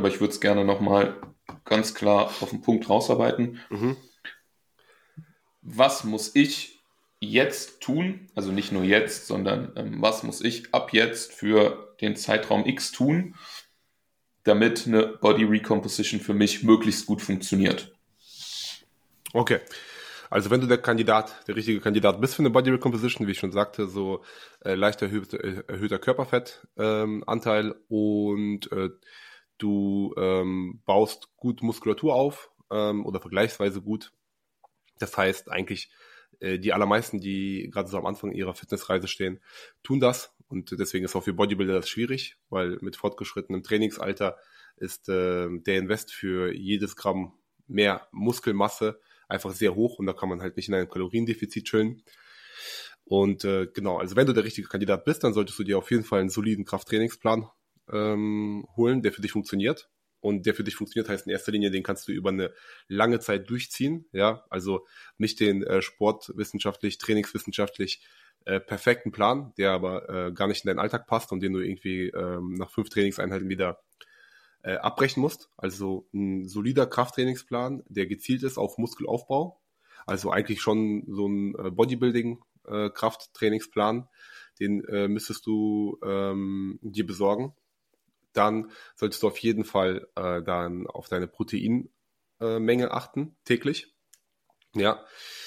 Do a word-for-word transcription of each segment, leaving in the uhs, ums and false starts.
aber ich würde es gerne nochmal ganz klar auf den Punkt rausarbeiten. Mhm. Was muss ich jetzt tun, also nicht nur jetzt, sondern ähm, was muss ich ab jetzt für den Zeitraum X tun, damit eine Body Recomposition für mich möglichst gut funktioniert? Okay. Also wenn du der Kandidat, der richtige Kandidat bist für eine Body Recomposition, wie ich schon sagte, so äh, leicht erhöhter, erhöhter Körperfettanteil ähm, und äh, du ähm, baust gut Muskulatur auf ähm, oder vergleichsweise gut. Das heißt eigentlich, äh, die allermeisten, die gerade so am Anfang ihrer Fitnessreise stehen, tun das. Und deswegen ist auch für Bodybuilder das schwierig, weil mit fortgeschrittenem Trainingsalter ist äh, der Invest für jedes Gramm mehr Muskelmasse einfach sehr hoch und da kann man halt nicht in einem Kaloriendefizit chillen. Und äh, genau, also wenn du der richtige Kandidat bist, dann solltest du dir auf jeden Fall einen soliden Krafttrainingsplan ähm, holen, der für dich funktioniert. Und der für dich funktioniert, heißt in erster Linie, den kannst du über eine lange Zeit durchziehen. Ja, also nicht den äh, sportwissenschaftlich, trainingswissenschaftlich äh, perfekten Plan, der aber äh, gar nicht in deinen Alltag passt und den du irgendwie ähm, nach fünf Trainingseinheiten wieder äh, abbrechen musst. Also ein solider Krafttrainingsplan, der gezielt ist auf Muskelaufbau. Also eigentlich schon so ein äh, Bodybuilding-Krafttrainingsplan, den äh, müsstest du ähm, dir besorgen. Dann solltest du auf jeden Fall äh, dann auf deine Proteinmenge äh, achten, täglich. Ja.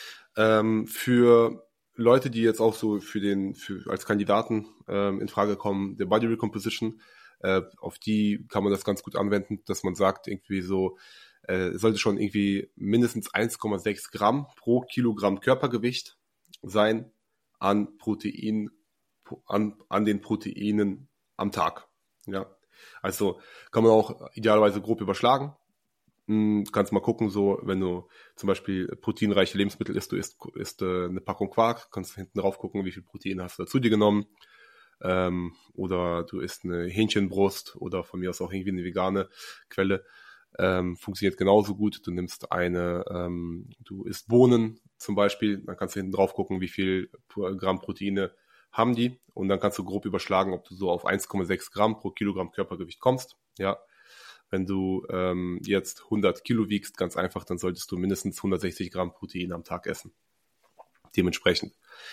Ähm, für Leute, die jetzt auch so für den, für, als Kandidaten ähm, in Frage kommen, der Body Recomposition, äh, auf die kann man das ganz gut anwenden, dass man sagt, irgendwie so, äh, sollte schon irgendwie mindestens eins Komma sechs Gramm pro Kilogramm Körpergewicht sein an Protein, an, an den Proteinen am Tag. Ja. Also kann man auch idealerweise grob überschlagen. Du kannst mal gucken, so wenn du zum Beispiel proteinreiche Lebensmittel isst, du isst, isst äh, eine Packung Quark, kannst hinten drauf gucken, wie viel Protein hast du zu dir genommen. Ähm, oder du isst eine Hähnchenbrust oder von mir aus auch irgendwie eine vegane Quelle. Ähm, funktioniert genauso gut. Du nimmst eine, ähm, du isst Bohnen zum Beispiel, dann kannst du hinten drauf gucken, wie viel Gramm Proteine haben die und dann kannst du grob überschlagen, ob du so auf eins Komma sechs Gramm pro Kilogramm Körpergewicht kommst. Ja, wenn du ähm, jetzt hundert Kilo wiegst, ganz einfach, dann solltest du mindestens hundertsechzig Gramm Protein am Tag essen. Dementsprechend.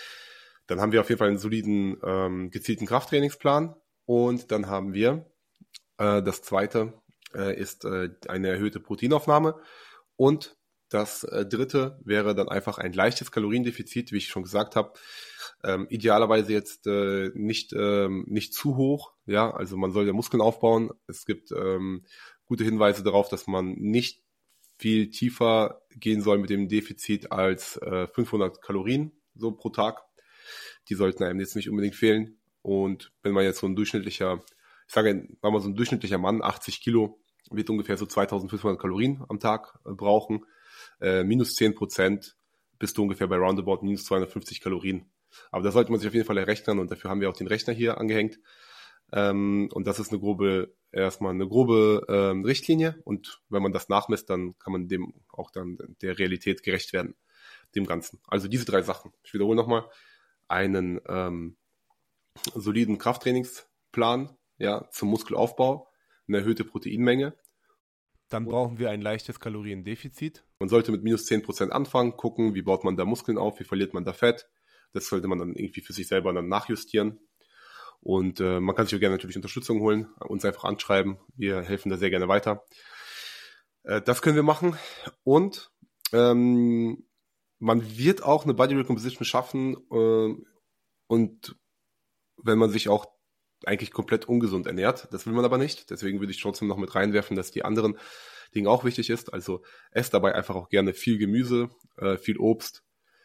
Dann haben wir auf jeden Fall einen soliden, ähm, gezielten Krafttrainingsplan und dann haben wir äh, das zweite äh, ist äh, eine erhöhte Proteinaufnahme und das äh, dritte wäre dann einfach ein leichtes Kaloriendefizit, wie ich schon gesagt habe. Ähm, idealerweise jetzt äh, nicht ähm, nicht zu hoch, ja, also man soll ja Muskeln aufbauen. Es gibt ähm, gute Hinweise darauf, dass man nicht viel tiefer gehen soll mit dem Defizit als äh, fünfhundert Kalorien so pro Tag. Die sollten einem jetzt nicht unbedingt fehlen. Und wenn man jetzt so ein durchschnittlicher, ich sage, sagen wir mal so ein durchschnittlicher Mann, achtzig Kilo, wird ungefähr so zweitausendfünfhundert Kalorien am Tag äh, brauchen. Äh, minus zehn Prozent bist du ungefähr bei roundabout minus zweihundertfünfzig Kalorien. Aber da sollte man sich auf jeden Fall errechnen und dafür haben wir auch den Rechner hier angehängt. Ähm, und das ist eine grobe, erstmal eine grobe ähm, Richtlinie und wenn man das nachmisst, dann kann man dem auch dann der Realität gerecht werden, dem Ganzen. Also diese drei Sachen. Ich wiederhole nochmal. Einen ähm, soliden Krafttrainingsplan, ja, zum Muskelaufbau, eine erhöhte Proteinmenge. Dann brauchen wir ein leichtes Kaloriendefizit. Man sollte mit minus zehn Prozent anfangen, gucken, wie baut man da Muskeln auf, wie verliert man da Fett. Das sollte man dann irgendwie für sich selber dann nachjustieren. Und äh, man kann sich auch gerne natürlich Unterstützung holen, uns einfach anschreiben. Wir helfen da sehr gerne weiter. Äh, das können wir machen. Und ähm, man wird auch eine Body Recomposition schaffen äh, und wenn man sich auch eigentlich komplett ungesund ernährt. Das will man aber nicht. Deswegen würde ich trotzdem noch mit reinwerfen, dass die anderen Dinge auch wichtig ist. Also esst dabei einfach auch gerne viel Gemüse, äh, viel Obst.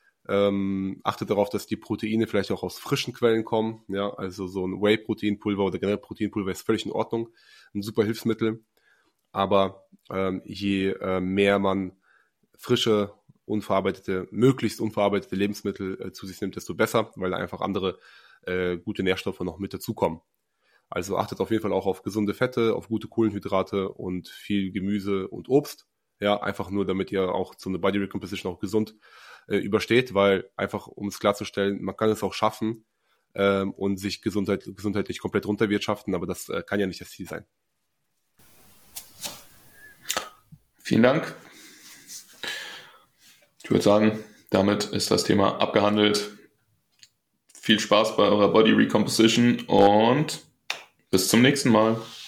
Ähm, achtet darauf, dass die Proteine vielleicht auch aus frischen Quellen kommen. Ja, also so ein Whey-Proteinpulver oder generell Proteinpulver ist völlig in Ordnung. Ein super Hilfsmittel. Aber ähm, je äh, mehr man frische, unverarbeitete, möglichst unverarbeitete Lebensmittel äh, zu sich nimmt, desto besser, weil da einfach andere äh, gute Nährstoffe noch mit dazukommen. Also achtet auf jeden Fall auch auf gesunde Fette, auf gute Kohlenhydrate und viel Gemüse und Obst. Ja, einfach nur, damit ihr auch so eine Body Recomposition auch gesund äh, übersteht, weil einfach, um es klarzustellen, man kann es auch schaffen ähm, und sich gesundheit, gesundheitlich komplett runterwirtschaften, aber das äh, kann ja nicht das Ziel sein. Vielen Dank. Ich würde sagen, damit ist das Thema abgehandelt. Viel Spaß bei eurer Body Recomposition und bis zum nächsten Mal.